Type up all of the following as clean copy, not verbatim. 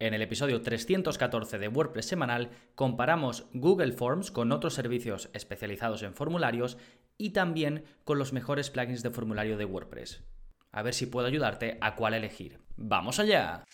En el episodio 314 de WordPress semanal comparamos Google Forms con otros servicios especializados en formularios y también con los mejores plugins de formulario de WordPress. A ver si puedo ayudarte a cuál elegir. ¡Vamos allá!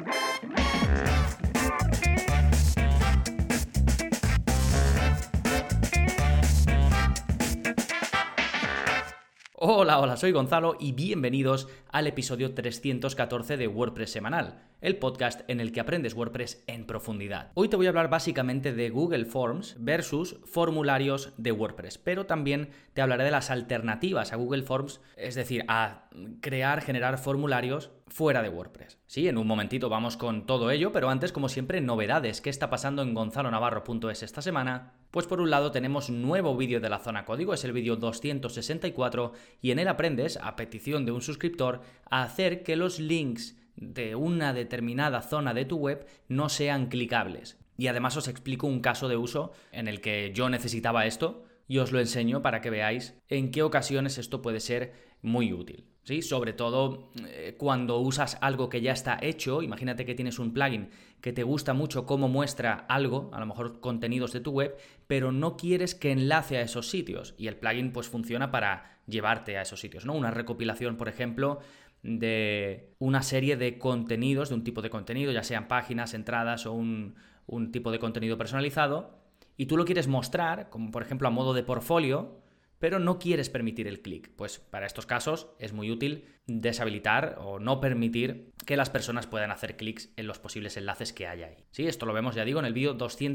Hola, soy Gonzalo y bienvenidos al episodio 314 de WordPress semanal, el podcast en el que aprendes WordPress en profundidad. Hoy te voy a hablar básicamente de Google Forms versus formularios de WordPress, pero también te hablaré de las alternativas a Google Forms, es decir, a generar formularios fuera de WordPress. Sí, en un momentito vamos con todo ello, pero antes, como siempre, novedades. ¿Qué está pasando en gonzalonavarro.es esta semana? Pues por un lado tenemos nuevo vídeo de la zona código, es el vídeo 264, y en él aprendes, a petición de un suscriptor, a hacer que los links de una determinada zona de tu web no sean clicables. Y además os explico un caso de uso en el que yo necesitaba esto y os lo enseño para que veáis en qué ocasiones esto puede ser muy útil. ¿Sí? Sobre todo cuando usas algo que ya está hecho. Imagínate que tienes un plugin que te gusta mucho cómo muestra algo, a lo mejor contenidos de tu web, pero no quieres que enlace a esos sitios. Y el plugin pues funciona para llevarte a esos sitios, ¿no? Una recopilación, por ejemplo, de una serie de contenidos, de un tipo de contenido, ya sean páginas, entradas o un tipo de contenido personalizado, y tú lo quieres mostrar, como por ejemplo a modo de portfolio, pero no quieres permitir el clic. Pues para estos casos es muy útil deshabilitar o no permitir que las personas puedan hacer clics en los posibles enlaces que hay ahí. Sí, esto lo vemos, ya digo, en el vídeo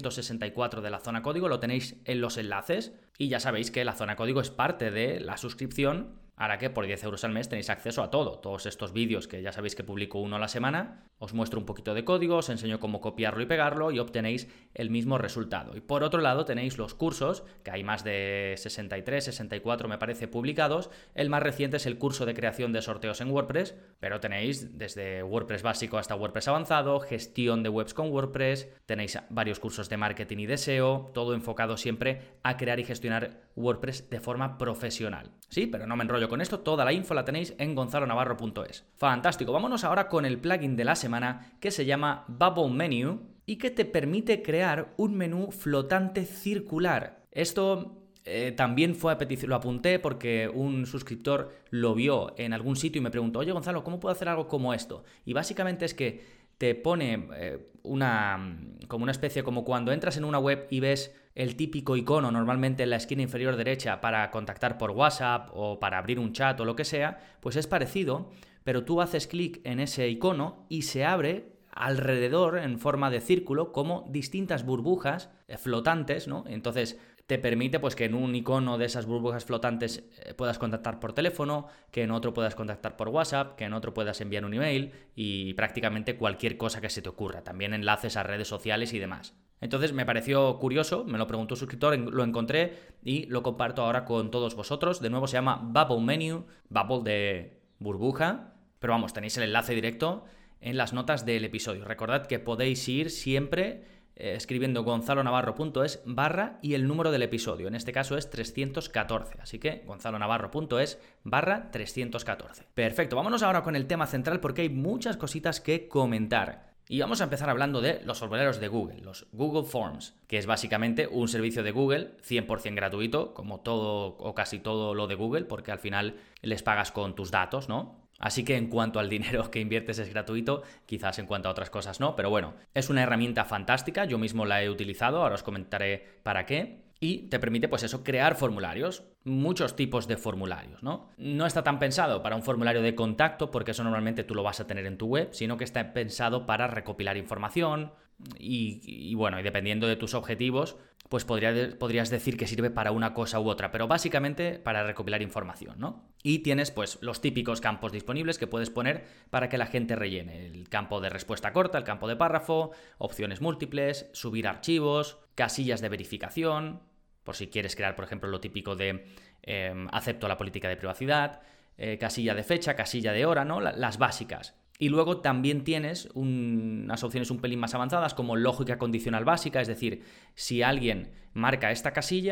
264 de la zona código, lo tenéis en los enlaces y ya sabéis que la zona código es parte de la suscripción. Ahora que por 10 euros al mes tenéis acceso a todo. Todos estos vídeos que ya sabéis que publico uno a la semana, os muestro un poquito de código, os enseño cómo copiarlo y pegarlo y obtenéis el mismo resultado. Y por otro lado tenéis los cursos, que hay más de 63, 64 me parece publicados. El más reciente es el curso de creación de sorteos en WordPress, pero tenéis desde WordPress básico hasta WordPress avanzado, gestión de webs con WordPress, tenéis varios cursos de marketing y de SEO, todo enfocado siempre a crear y gestionar WordPress de forma profesional. Sí, pero no me enrollo con esto, toda la info la tenéis en gonzalonavarro.es. Fantástico, vámonos ahora con el plugin de la semana que se llama Bubble Menu y que te permite crear un menú flotante circular. Esto también fue a petición, lo apunté porque un suscriptor lo vio en algún sitio y me preguntó, oye Gonzalo, ¿cómo puedo hacer algo como esto? Y básicamente es que te pone como una especie, como cuando entras en una web y ves el típico icono normalmente en la esquina inferior derecha para contactar por WhatsApp o para abrir un chat o lo que sea, pues es parecido, pero tú haces clic en ese icono y se abre alrededor en forma de círculo como distintas burbujas flotantes, ¿no? Entonces te permite pues que en un icono de esas burbujas flotantes puedas contactar por teléfono, que en otro puedas contactar por WhatsApp, que en otro puedas enviar un email y prácticamente cualquier cosa que se te ocurra, también enlaces a redes sociales y demás. Entonces me pareció curioso, me lo preguntó un suscriptor, lo encontré y lo comparto ahora con todos vosotros. De nuevo se llama Bubble Menu, Bubble de burbuja, pero vamos, tenéis el enlace directo en las notas del episodio. Recordad que podéis ir siempre escribiendo gonzalonavarro.es / y el número del episodio. En este caso es 314, así que gonzalonavarro.es / 314. Perfecto, vámonos ahora con el tema central porque hay muchas cositas que comentar. Y vamos a empezar hablando de los formularios de Google, los Google Forms, que es básicamente un servicio de Google 100% gratuito, como todo o casi todo lo de Google, porque al final les pagas con tus datos, ¿no? Así que en cuanto al dinero que inviertes es gratuito, quizás en cuanto a otras cosas no, pero bueno, es una herramienta fantástica, yo mismo la he utilizado, ahora os comentaré para qué. Y te permite, pues eso, crear formularios, muchos tipos de formularios, ¿no? No está tan pensado para un formulario de contacto, porque eso normalmente tú lo vas a tener en tu web, sino que está pensado para recopilar información y bueno, y dependiendo de tus objetivos, pues podrías decir que sirve para una cosa u otra, pero básicamente para recopilar información, ¿no? Y tienes pues los típicos campos disponibles que puedes poner para que la gente rellene. El campo de respuesta corta, el campo de párrafo, opciones múltiples, subir archivos, casillas de verificación, por si quieres crear, por ejemplo, lo típico de acepto la política de privacidad, casilla de fecha, casilla de hora, ¿no? Las básicas. Y luego también tienes unas opciones un pelín más avanzadas como lógica condicional básica, es decir, si alguien marca esta casilla,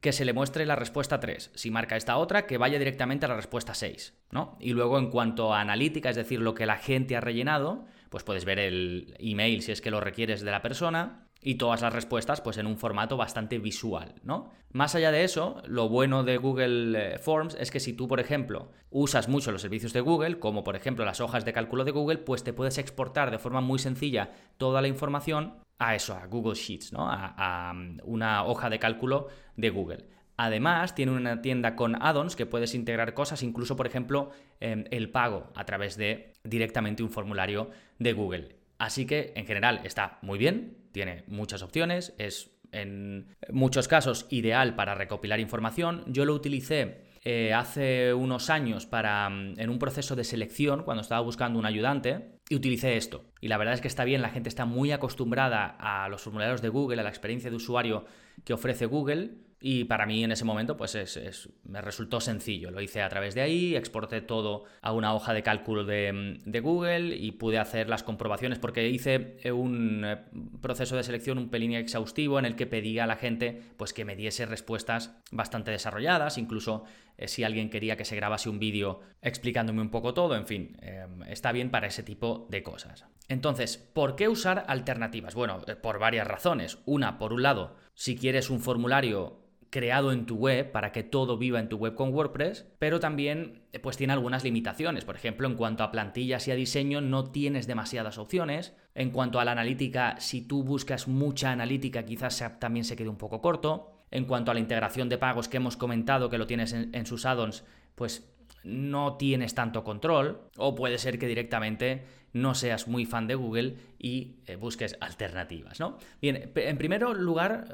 que se le muestre la respuesta 3. Si marca esta otra, que vaya directamente a la respuesta 6, ¿no? Y luego en cuanto a analítica, es decir, lo que la gente ha rellenado, pues puedes ver el email si es que lo requieres de la persona y todas las respuestas pues en un formato bastante visual, ¿no? Más allá de eso, lo bueno de Google Forms es que si tú, por ejemplo, usas mucho los servicios de Google, como por ejemplo las hojas de cálculo de Google, pues te puedes exportar de forma muy sencilla toda la información a eso, a Google Sheets, ¿no? A una hoja de cálculo de Google. Además, tiene una tienda con add-ons que puedes integrar cosas, incluso, por ejemplo, el pago a través de directamente un formulario de Google. Así que, en general, está muy bien, tiene muchas opciones, es en muchos casos ideal para recopilar información. Yo lo utilicé hace unos años en un proceso de selección, cuando estaba buscando un ayudante, y utilicé esto. Y la verdad es que está bien, la gente está muy acostumbrada a los formularios de Google, a la experiencia de usuario que ofrece Google, y para mí en ese momento pues me resultó sencillo. Lo hice a través de ahí, exporté todo a una hoja de cálculo de Google y pude hacer las comprobaciones porque hice un proceso de selección un pelín exhaustivo en el que pedía a la gente pues que me diese respuestas bastante desarrolladas, incluso si alguien quería que se grabase un vídeo explicándome un poco todo, en fin, está bien para ese tipo de cosas. Entonces, ¿por qué usar alternativas? Bueno, por varias razones. Una, por un lado, si quieres un formulario creado en tu web para que todo viva en tu web con WordPress, pero también pues tiene algunas limitaciones. Por ejemplo, en cuanto a plantillas y a diseño no tienes demasiadas opciones. En cuanto a la analítica, si tú buscas mucha analítica quizás también se quede un poco corto. En cuanto a la integración de pagos que hemos comentado que lo tienes en sus add-ons, pues no tienes tanto control, o puede ser que directamente no seas muy fan de Google y busques alternativas, ¿no? Bien, en primer lugar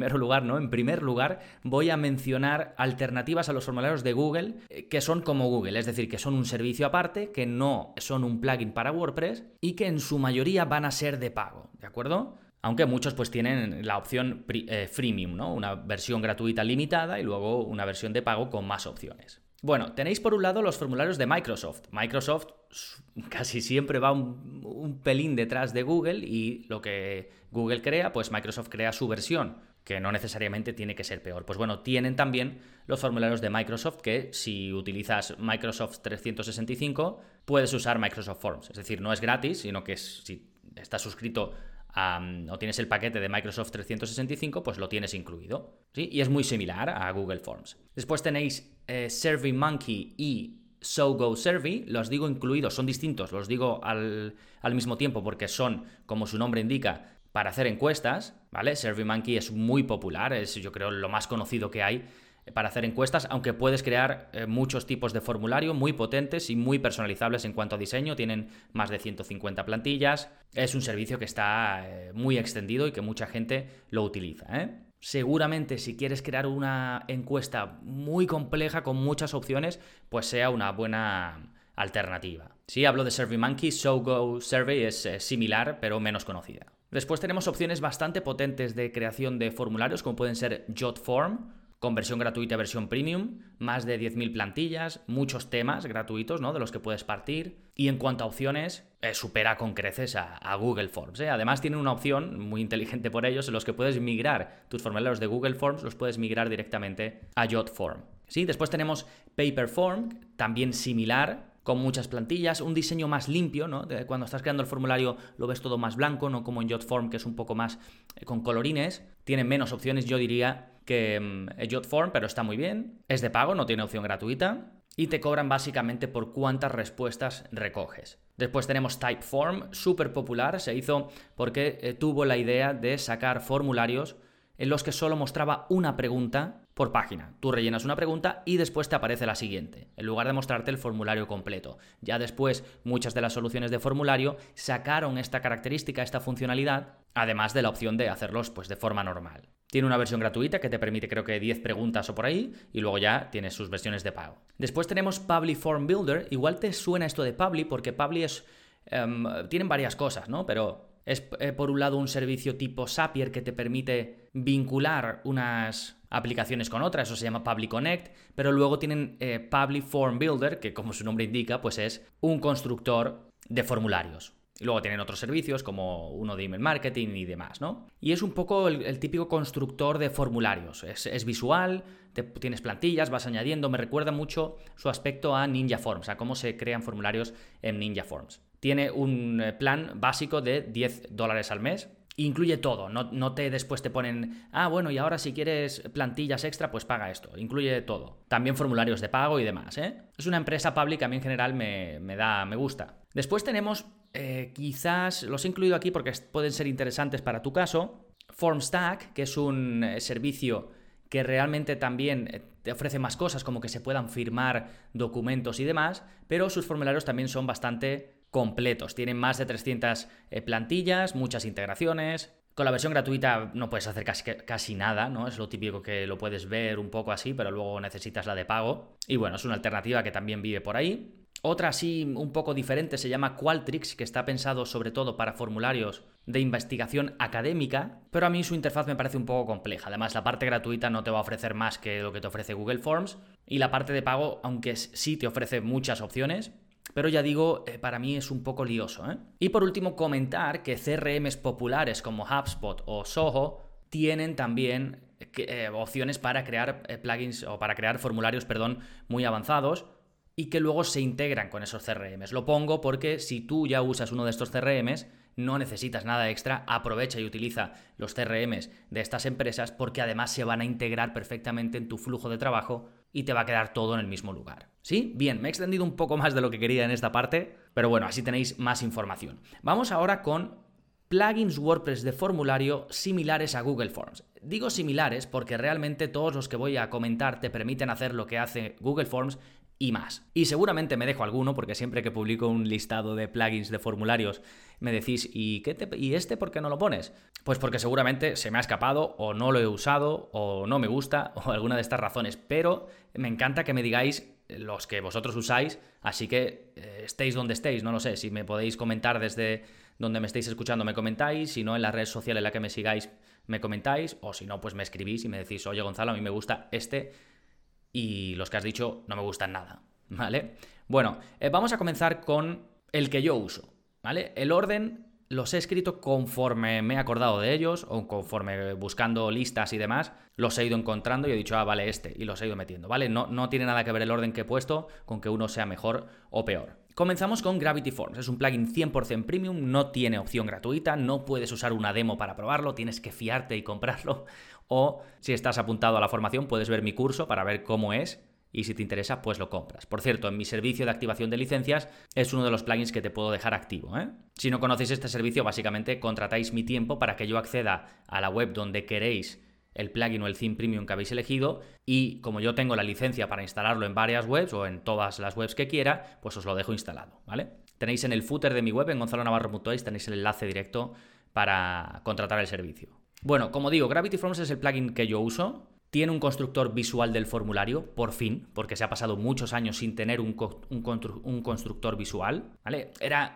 voy a mencionar alternativas a los formularios de Google que son como Google, es decir, que son un servicio aparte, que no son un plugin para WordPress y que en su mayoría van a ser de pago, ¿de acuerdo? Aunque muchos pues tienen la opción freemium, ¿no? Una versión gratuita limitada y luego una versión de pago con más opciones. Bueno, tenéis por un lado los formularios de Microsoft. Microsoft casi siempre va un pelín detrás de Google y lo que Google crea, pues Microsoft crea su versión, que no necesariamente tiene que ser peor. Pues bueno, tienen también los formularios de Microsoft que si utilizas Microsoft 365 puedes usar Microsoft Forms. Es decir, no es gratis, sino que si estás suscrito o tienes el paquete de Microsoft 365, pues lo tienes incluido, ¿sí? Y es muy similar a Google Forms. Después tenéis SurveyMonkey y SoGoSurvey, los digo incluidos, son distintos, los digo al mismo tiempo porque son, como su nombre indica, para hacer encuestas, ¿vale? SurveyMonkey es muy popular, es yo creo lo más conocido que hay para hacer encuestas, aunque puedes crear muchos tipos de formulario muy potentes y muy personalizables en cuanto a diseño, tienen más de 150 plantillas, es un servicio que está muy extendido y que mucha gente lo utiliza, ¿eh? Seguramente si quieres crear una encuesta muy compleja con muchas opciones, pues sea una buena alternativa. Sí, hablo de SurveyMonkey, SoGoSurvey es similar pero menos conocida. Después tenemos opciones bastante potentes de creación de formularios como pueden ser JotForm, con versión gratuita y versión premium, más de 10.000 plantillas, muchos temas gratuitos, ¿no? De los que puedes partir. Y en cuanto a opciones, supera con creces a Google Forms, ¿eh? Además tienen una opción muy inteligente por ellos en los que puedes migrar tus formularios de Google Forms, los puedes migrar directamente a JotForm. ¿Sí? Después tenemos Paperform, también similar, con muchas plantillas, un diseño más limpio, ¿no? Cuando estás creando el formulario lo ves todo más blanco, no como en JotForm, que es un poco más con colorines. Tiene menos opciones, yo diría, que JotForm, pero está muy bien. Es de pago, no tiene opción gratuita. Y te cobran básicamente por cuántas respuestas recoges. Después tenemos Typeform, súper popular. Se hizo porque tuvo la idea de sacar formularios en los que solo mostraba una pregunta por página. Tú rellenas una pregunta y después te aparece la siguiente, en lugar de mostrarte el formulario completo. Ya después, muchas de las soluciones de formulario sacaron esta característica, esta funcionalidad, además de la opción de hacerlos pues, de forma normal. Tiene una versión gratuita que te permite creo que 10 preguntas o por ahí y luego ya tienes sus versiones de pago. Después tenemos Publi Form Builder. Igual te suena esto de Publi porque Publi tienen varias cosas, ¿no? Pero es por un lado un servicio tipo Zapier que te permite vincular unas aplicaciones con otras, eso se llama Publi Connect, pero luego tienen Publi Form Builder, que como su nombre indica, pues es un constructor de formularios. Y luego tienen otros servicios como uno de email marketing y demás, ¿no? Y es un poco el típico constructor de formularios. Es visual, tienes plantillas, vas añadiendo. Me recuerda mucho su aspecto a Ninja Forms, a cómo se crean formularios en Ninja Forms. Tiene un plan básico de $10 al mes. Incluye todo, después te ponen, bueno, y ahora si quieres plantillas extra, pues paga esto. Incluye todo. También formularios de pago y demás, ¿eh? Es una empresa public, a mí en general me gusta. Después tenemos, quizás, los he incluido aquí porque pueden ser interesantes para tu caso, FormStack, que es un servicio que realmente también te ofrece más cosas, como que se puedan firmar documentos y demás, pero sus formularios también son bastante completos. Tienen más de 300 plantillas, muchas integraciones. Con la versión gratuita no puedes hacer casi nada, ¿no? Es lo típico que lo puedes ver un poco así, pero luego necesitas la de pago. Y bueno, es una alternativa que también vive por ahí. Otra así un poco diferente se llama Qualtrics, que está pensado sobre todo para formularios de investigación académica, pero a mí su interfaz me parece un poco compleja. Además, la parte gratuita no te va a ofrecer más que lo que te ofrece Google Forms, y la parte de pago, aunque sí te ofrece muchas opciones, pero ya digo, para mí es un poco lioso, ¿eh? Y por último, comentar que CRMs populares como HubSpot o Zoho tienen también opciones para crear plugins o para crear formularios, muy avanzados y que luego se integran con esos CRMs. Lo pongo porque si tú ya usas uno de estos CRMs, no necesitas nada extra, aprovecha y utiliza los CRMs de estas empresas porque además se van a integrar perfectamente en tu flujo de trabajo y te va a quedar todo en el mismo lugar. ¿Sí? Bien, me he extendido un poco más de lo que quería en esta parte, pero bueno, así tenéis más información. Vamos ahora con plugins WordPress de formulario similares a Google Forms. Digo similares porque realmente todos los que voy a comentar te permiten hacer lo que hace Google Forms y más. Y seguramente me dejo alguno porque siempre que publico un listado de plugins de formularios me decís, ¿y este por qué no lo pones? Pues porque seguramente se me ha escapado o no lo he usado o no me gusta o alguna de estas razones, pero me encanta que me digáis los que vosotros usáis, así que estéis donde estéis, no lo sé, si me podéis comentar desde donde me estéis escuchando me comentáis, si no en la red social en la que me sigáis me comentáis, o si no pues me escribís y me decís, oye Gonzalo, a mí me gusta y los que has dicho no me gustan nada, ¿vale? Bueno, vamos a comenzar con el que yo uso, ¿vale? El orden los he escrito conforme me he acordado de ellos o conforme buscando listas y demás, los he ido encontrando y he dicho, vale, y los he ido metiendo, ¿vale? No tiene nada que ver el orden que he puesto con que uno sea mejor o peor. Comenzamos con Gravity Forms, es un plugin 100% premium, no tiene opción gratuita, no puedes usar una demo para probarlo, tienes que fiarte y comprarlo, o si estás apuntado a la formación puedes ver mi curso para ver cómo es, y si te interesa pues lo compras. Por cierto, en mi servicio de activación de licencias es uno de los plugins que te puedo dejar activo, ¿eh? Si no conocéis este servicio, básicamente contratáis mi tiempo para que yo acceda a la web donde queréis el plugin o el theme premium que habéis elegido, y como yo tengo la licencia para instalarlo en varias webs o en todas las webs que quiera, pues os lo dejo instalado, ¿vale? Tenéis en el footer de mi web, en gonzalonavarro.es, tenéis el enlace directo para contratar el servicio. Bueno, como digo, Gravity Forms es el plugin que yo uso. Tiene un constructor visual del formulario, por fin, porque se ha pasado muchos años sin tener un constructor visual, ¿vale? Era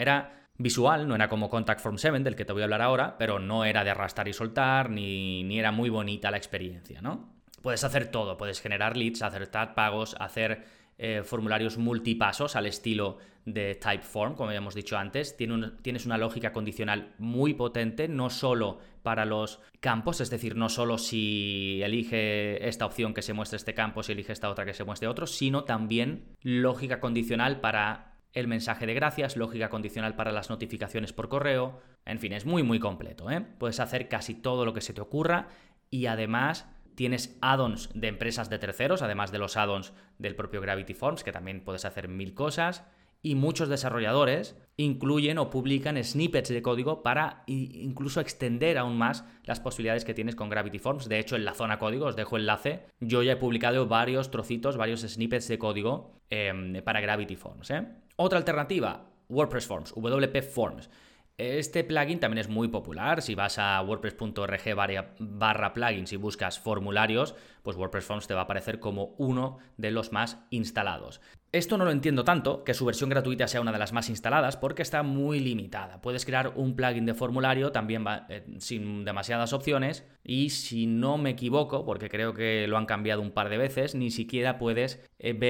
visual, no era como Contact Form 7, del que te voy a hablar ahora, pero no era de arrastrar y soltar, ni era muy bonita la experiencia, ¿no? Puedes hacer todo, puedes generar leads, aceptar pagos, hacer formularios multipasos al estilo de Typeform, como habíamos dicho antes. Tienes una lógica condicional muy potente, no solo para los campos, es decir, no solo si elige esta opción que se muestre este campo, si elige esta otra que se muestre otro, sino también lógica condicional para el mensaje de gracias, lógica condicional para las notificaciones por correo. En fin, es muy muy completo, ¿eh? Puedes hacer casi todo lo que se te ocurra y además tienes add-ons de empresas de terceros, además de los add-ons del propio Gravity Forms, que también puedes hacer 1000 cosas. Y muchos desarrolladores incluyen o publican snippets de código para incluso extender aún más las posibilidades que tienes con Gravity Forms. De hecho, en la zona código, os dejo enlace, yo ya he publicado varios trocitos, varios snippets de código para Gravity Forms, ¿eh? Otra alternativa, WordPress Forms, WP Forms. Este plugin también es muy popular. Si vas a wordpress.org/plugins y buscas formularios, pues WordPress Forms te va a aparecer como uno de los más instalados. Esto no lo entiendo tanto, que su versión gratuita sea una de las más instaladas, porque está muy limitada. Puedes crear un plugin de formulario también sin demasiadas opciones y, si no me equivoco, porque creo que lo han cambiado un par de veces, ni siquiera puedes ver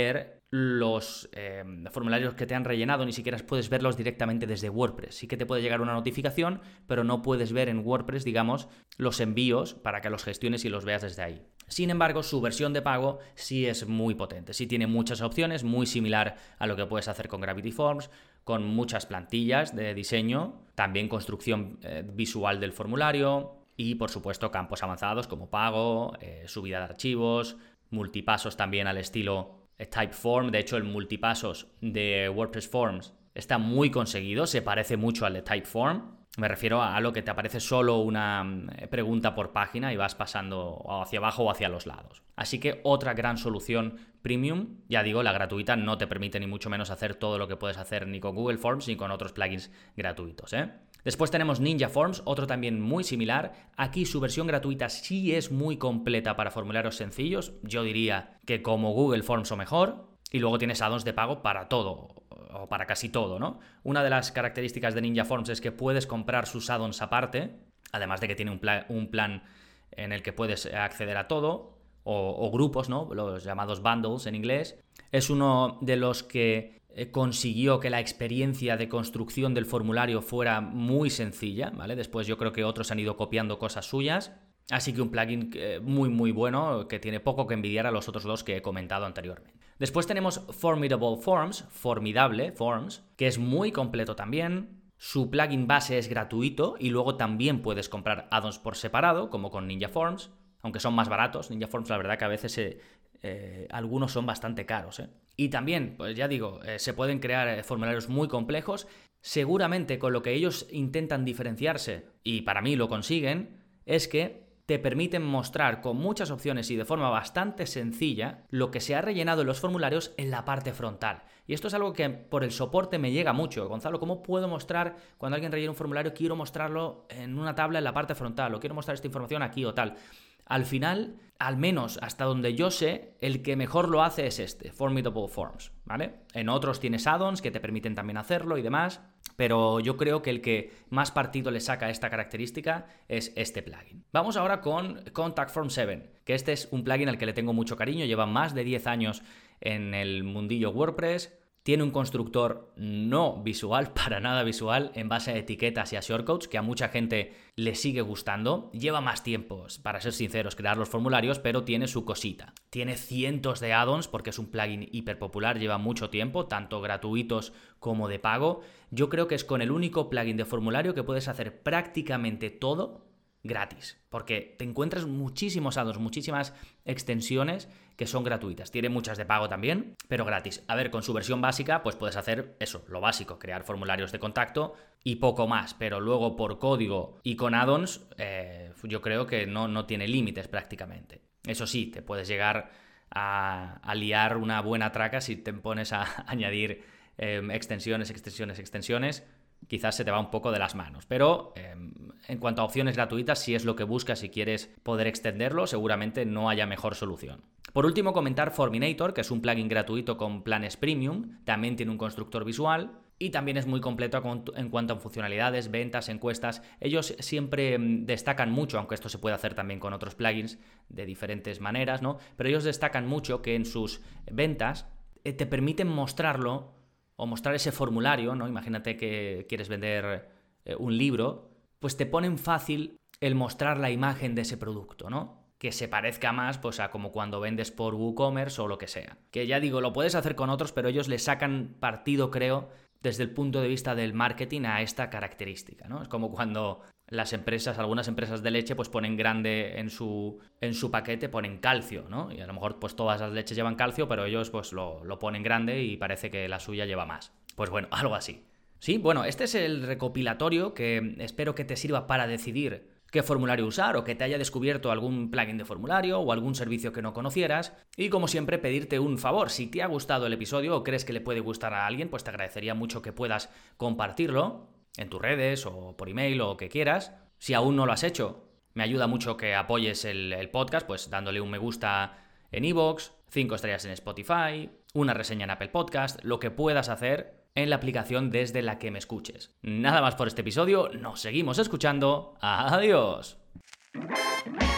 los formularios que te han rellenado ni siquiera puedes verlos directamente desde WordPress. Sí que te puede llegar una notificación, pero no puedes ver en WordPress, digamos, los envíos para que los gestiones y los veas desde ahí. Sin embargo, su versión de pago sí es muy potente, sí tiene muchas opciones, muy similar a lo que puedes hacer con Gravity Forms, con muchas plantillas de diseño, también construcción visual del formulario y, por supuesto, campos avanzados como pago, subida de archivos, multipasos también al estilo Typeform. De hecho, el multipasos de WordPress Forms está muy conseguido, se parece mucho al de Typeform. Me refiero a lo que te aparece solo una pregunta por página y vas pasando hacia abajo o hacia los lados. Así que otra gran solución premium. Ya digo, la gratuita no te permite ni mucho menos hacer todo lo que puedes hacer ni con Google Forms ni con otros plugins gratuitos, Después tenemos Ninja Forms, otro también muy similar. Aquí su versión gratuita sí es muy completa para formularios sencillos. Yo diría que como Google Forms o mejor. Y luego tienes add-ons de pago para todo, o para casi todo, ¿no? Una de las características de Ninja Forms es que puedes comprar sus add-ons aparte, además de que tiene un plan en el que puedes acceder a todo, o grupos, ¿no? Los llamados bundles en inglés. Es uno de los que consiguió que la experiencia de construcción del formulario fuera muy sencilla, ¿vale? Después yo creo que otros han ido copiando cosas suyas. Así que un plugin muy muy bueno que tiene poco que envidiar a los otros dos que he comentado anteriormente. Después tenemos Formidable Forms, que es muy completo también. Su plugin base es gratuito y luego también puedes comprar add-ons por separado, como con Ninja Forms, aunque son más baratos. Ninja Forms la verdad que a veces algunos son bastante caros. Y también, pues ya digo, se pueden crear formularios muy complejos. Seguramente con lo que ellos intentan diferenciarse, y para mí lo consiguen, es que te permiten mostrar con muchas opciones y de forma bastante sencilla lo que se ha rellenado en los formularios en la parte frontal. Y esto es algo que por el soporte me llega mucho. Gonzalo, ¿cómo puedo mostrar cuando alguien rellena un formulario? Quiero mostrarlo en una tabla en la parte frontal, o quiero mostrar esta información aquí o tal. Al final, al menos hasta donde yo sé, el que mejor lo hace es este, Formidable Forms, ¿vale? En otros tienes add-ons que te permiten también hacerlo y demás, pero yo creo que el que más partido le saca a esta característica es este plugin. Vamos ahora con Contact Form 7, que este es un plugin al que le tengo mucho cariño, lleva más de 10 años en el mundillo WordPress. Tiene un constructor no visual, para nada visual, en base a etiquetas y a shortcodes, que a mucha gente le sigue gustando. Lleva más tiempo, para ser sinceros, crear los formularios, pero tiene su cosita. Tiene cientos de add-ons porque es un plugin hiper popular, lleva mucho tiempo, tanto gratuitos como de pago. Yo creo que es con el único plugin de formulario que puedes hacer prácticamente todo gratis, porque te encuentras muchísimos add-ons, muchísimas extensiones que son gratuitas. Tiene muchas de pago también, pero gratis. A ver, con su versión básica, pues puedes hacer eso, lo básico, crear formularios de contacto y poco más, pero luego por código y con add-ons, yo creo que no tiene límites prácticamente. Eso sí, te puedes llegar a liar una buena traca si te pones a añadir extensiones. Quizás se te va un poco de las manos, pero en cuanto a opciones gratuitas, si es lo que buscas y quieres poder extenderlo, seguramente no haya mejor solución. Por último, comentar Forminator, que es un plugin gratuito con planes premium, también tiene un constructor visual y también es muy completo en cuanto a funcionalidades, ventas, encuestas. Ellos siempre destacan mucho, aunque esto se puede hacer también con otros plugins de diferentes maneras, ¿no? Pero ellos destacan mucho que en sus ventas te permiten mostrarlo o mostrar ese formulario, ¿no? Imagínate que quieres vender un libro, pues te ponen fácil el mostrar la imagen de ese producto, ¿no? Que se parezca más pues a como cuando vendes por WooCommerce o lo que sea. Que ya digo, lo puedes hacer con otros, pero ellos le sacan partido, creo, desde el punto de vista del marketing a esta característica, ¿no? Es como cuando las empresas, algunas empresas de leche, pues ponen grande en su paquete, ponen calcio, ¿no? Y a lo mejor pues todas las leches llevan calcio, pero ellos pues lo ponen grande y parece que la suya lleva más. Pues bueno, algo así. Sí, bueno, este es el recopilatorio que espero que te sirva para decidir qué formulario usar o que te haya descubierto algún plugin de formulario o algún servicio que no conocieras. Y como siempre, pedirte un favor. Si te ha gustado el episodio o crees que le puede gustar a alguien, pues te agradecería mucho que puedas compartirlo en tus redes o por email o que quieras. Si aún no lo has hecho, me ayuda mucho que apoyes el podcast, pues dándole un me gusta en iVoox, 5 estrellas en Spotify, una reseña en Apple Podcast, lo que puedas hacer en la aplicación desde la que me escuches. Nada más por este episodio, nos seguimos escuchando. ¡Adiós!